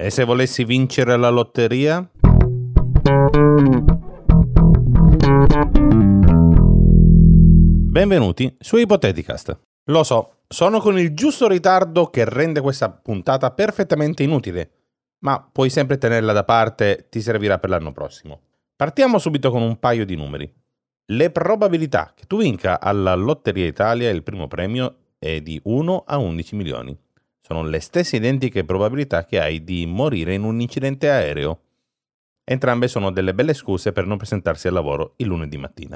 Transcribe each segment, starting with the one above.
E se volessi vincere la lotteria? Benvenuti su Ipoteticast. Lo so, sono con il giusto ritardo che rende questa puntata perfettamente inutile, ma puoi sempre tenerla da parte, ti servirà per l'anno prossimo. Partiamo subito con un paio di numeri. Le probabilità che tu vinca alla Lotteria Italia il primo premio è di 1 a 11 milioni. Sono le stesse identiche probabilità che hai di morire in un incidente aereo. Entrambe sono delle belle scuse per non presentarsi al lavoro il lunedì mattina.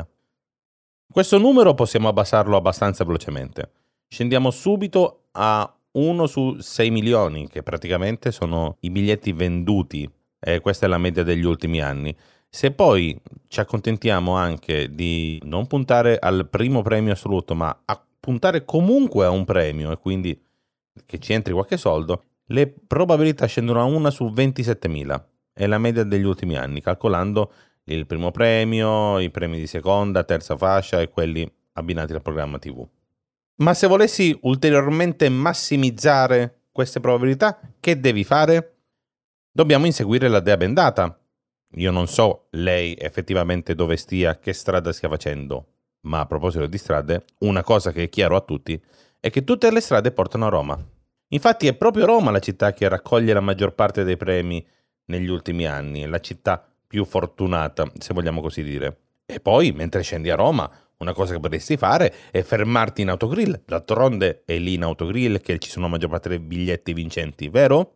Questo numero possiamo abbassarlo abbastanza velocemente. Scendiamo subito a 1 su 6 milioni, che praticamente sono i biglietti venduti, e questa è la media degli ultimi anni. Se poi ci accontentiamo anche di non puntare al primo premio assoluto, ma a puntare comunque a un premio, e quindi che ci entri qualche soldo, le probabilità scendono a 1 su 27.000. È la media degli ultimi anni, calcolando il primo premio, i premi di seconda, terza fascia e quelli abbinati al programma TV. Ma se volessi ulteriormente massimizzare queste probabilità, che devi fare? Dobbiamo inseguire la dea bendata. Io non so lei effettivamente dove stia, che strada stia facendo, ma a proposito di strade, una cosa che è chiaro a tutti è che tutte le strade portano a Roma. Infatti è proprio Roma la città che raccoglie la maggior parte dei premi negli ultimi anni, è la città più fortunata, se vogliamo così dire. E poi, mentre scendi a Roma, una cosa che potresti fare è fermarti in autogrill. D'altronde è lì in autogrill che ci sono la maggior parte dei biglietti vincenti, vero?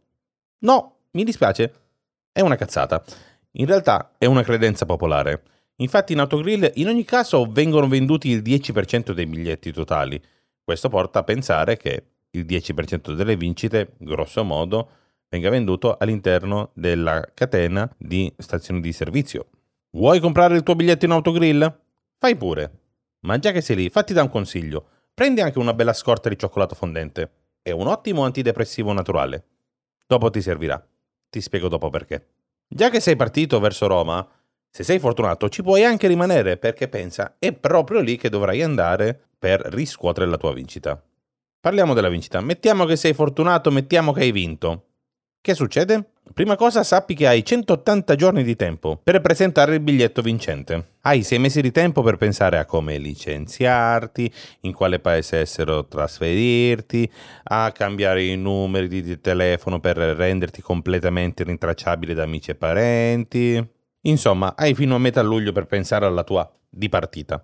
No, mi dispiace, è una cazzata. In realtà è una credenza popolare. Infatti in autogrill in ogni caso vengono venduti il 10% dei biglietti totali. Questo porta a pensare che il 10% delle vincite, grosso modo, venga venduto all'interno della catena di stazioni di servizio. Vuoi comprare il tuo biglietto in autogrill? Fai pure. Ma già che sei lì, fatti da un consiglio. Prendi anche una bella scorta di cioccolato fondente. È un ottimo antidepressivo naturale. Dopo ti servirà. Ti spiego dopo perché. Già che sei partito verso Roma, se sei fortunato ci puoi anche rimanere perché pensa è proprio lì che dovrai andare per riscuotere la tua vincita. Parliamo della vincita. Mettiamo che sei fortunato, mettiamo che hai vinto. Che succede? Prima cosa sappi che hai 180 giorni di tempo per presentare il biglietto vincente. Hai 6 mesi di tempo per pensare a come licenziarti, in quale paese estero trasferirti, a cambiare i numeri di telefono per renderti completamente rintracciabile da amici e parenti. Insomma, hai fino a metà luglio per pensare alla tua dipartita.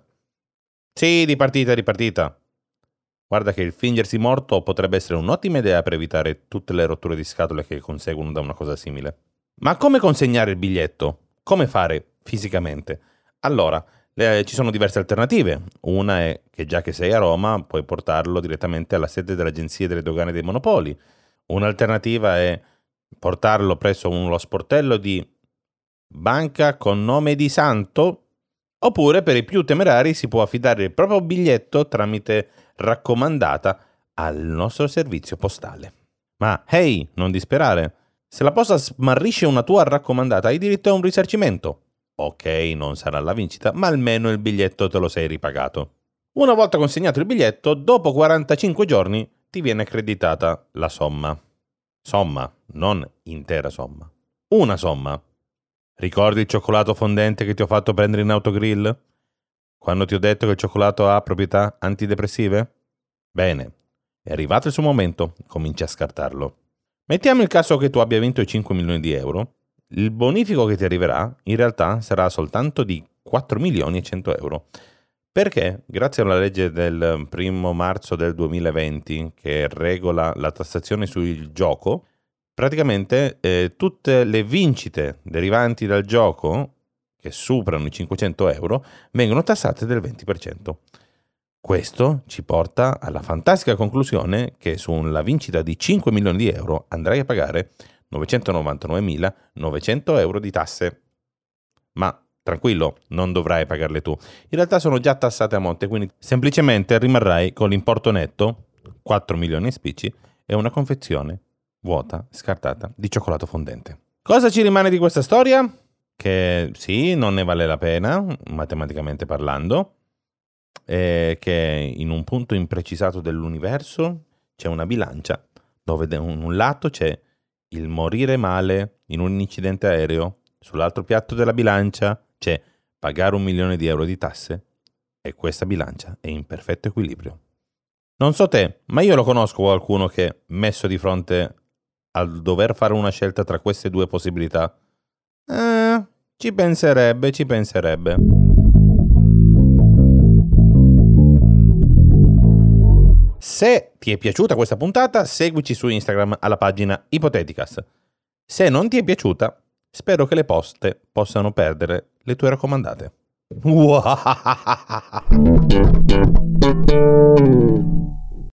Sì, dipartita. Guarda che il fingersi morto potrebbe essere un'ottima idea per evitare tutte le rotture di scatole che conseguono da una cosa simile. Ma come consegnare il biglietto? Come fare fisicamente? Allora, ci sono diverse alternative. Una è che già che sei a Roma puoi portarlo direttamente alla sede dell'Agenzia delle Dogane e dei Monopoli. Un'alternativa è portarlo presso lo sportello di banca con nome di santo. Oppure per i più temerari si può affidare il proprio biglietto tramite raccomandata al nostro servizio postale. Ma hey, non disperare. Se la posta smarrisce una tua raccomandata hai diritto a un risarcimento. Ok, non sarà la vincita, ma almeno il biglietto te lo sei ripagato. Una volta consegnato il biglietto, dopo 45 giorni ti viene accreditata la somma. Somma, non intera somma. Una somma. Ricordi il cioccolato fondente che ti ho fatto prendere in autogrill? Quando ti ho detto che il cioccolato ha proprietà antidepressive? Bene, è arrivato il suo momento, cominci a scartarlo. Mettiamo il caso che tu abbia vinto i 5 milioni di euro. Il bonifico che ti arriverà in realtà sarà soltanto di 4 milioni e 100 euro. Perché, grazie alla legge del 1 marzo del 2020 che regola la tassazione sul gioco, praticamente tutte le vincite derivanti dal gioco che superano i 500 euro vengono tassate del 20%. Questo ci porta alla fantastica conclusione che sulla vincita di 5 milioni di euro andrai a pagare 999.900 euro di tasse. Ma tranquillo, non dovrai pagarle tu. In realtà sono già tassate a monte, quindi semplicemente rimarrai con l'importo netto, 4 milioni e spicci, e una confezione vuota, scartata, di cioccolato fondente. Cosa ci rimane di questa storia? Che sì, non ne vale la pena, matematicamente parlando, che in un punto imprecisato dell'universo c'è una bilancia dove da un lato c'è il morire male in un incidente aereo, sull'altro piatto della bilancia c'è pagare 1 milione di euro di tasse e questa bilancia è in perfetto equilibrio. Non so te, ma io lo conosco qualcuno che, messo di fronte al dover fare una scelta tra queste due possibilità, ci penserebbe. Se ti è piaciuta questa puntata, seguici su Instagram alla pagina Ipoteticast. Se non ti è piaciuta, spero che le poste possano perdere le tue raccomandate.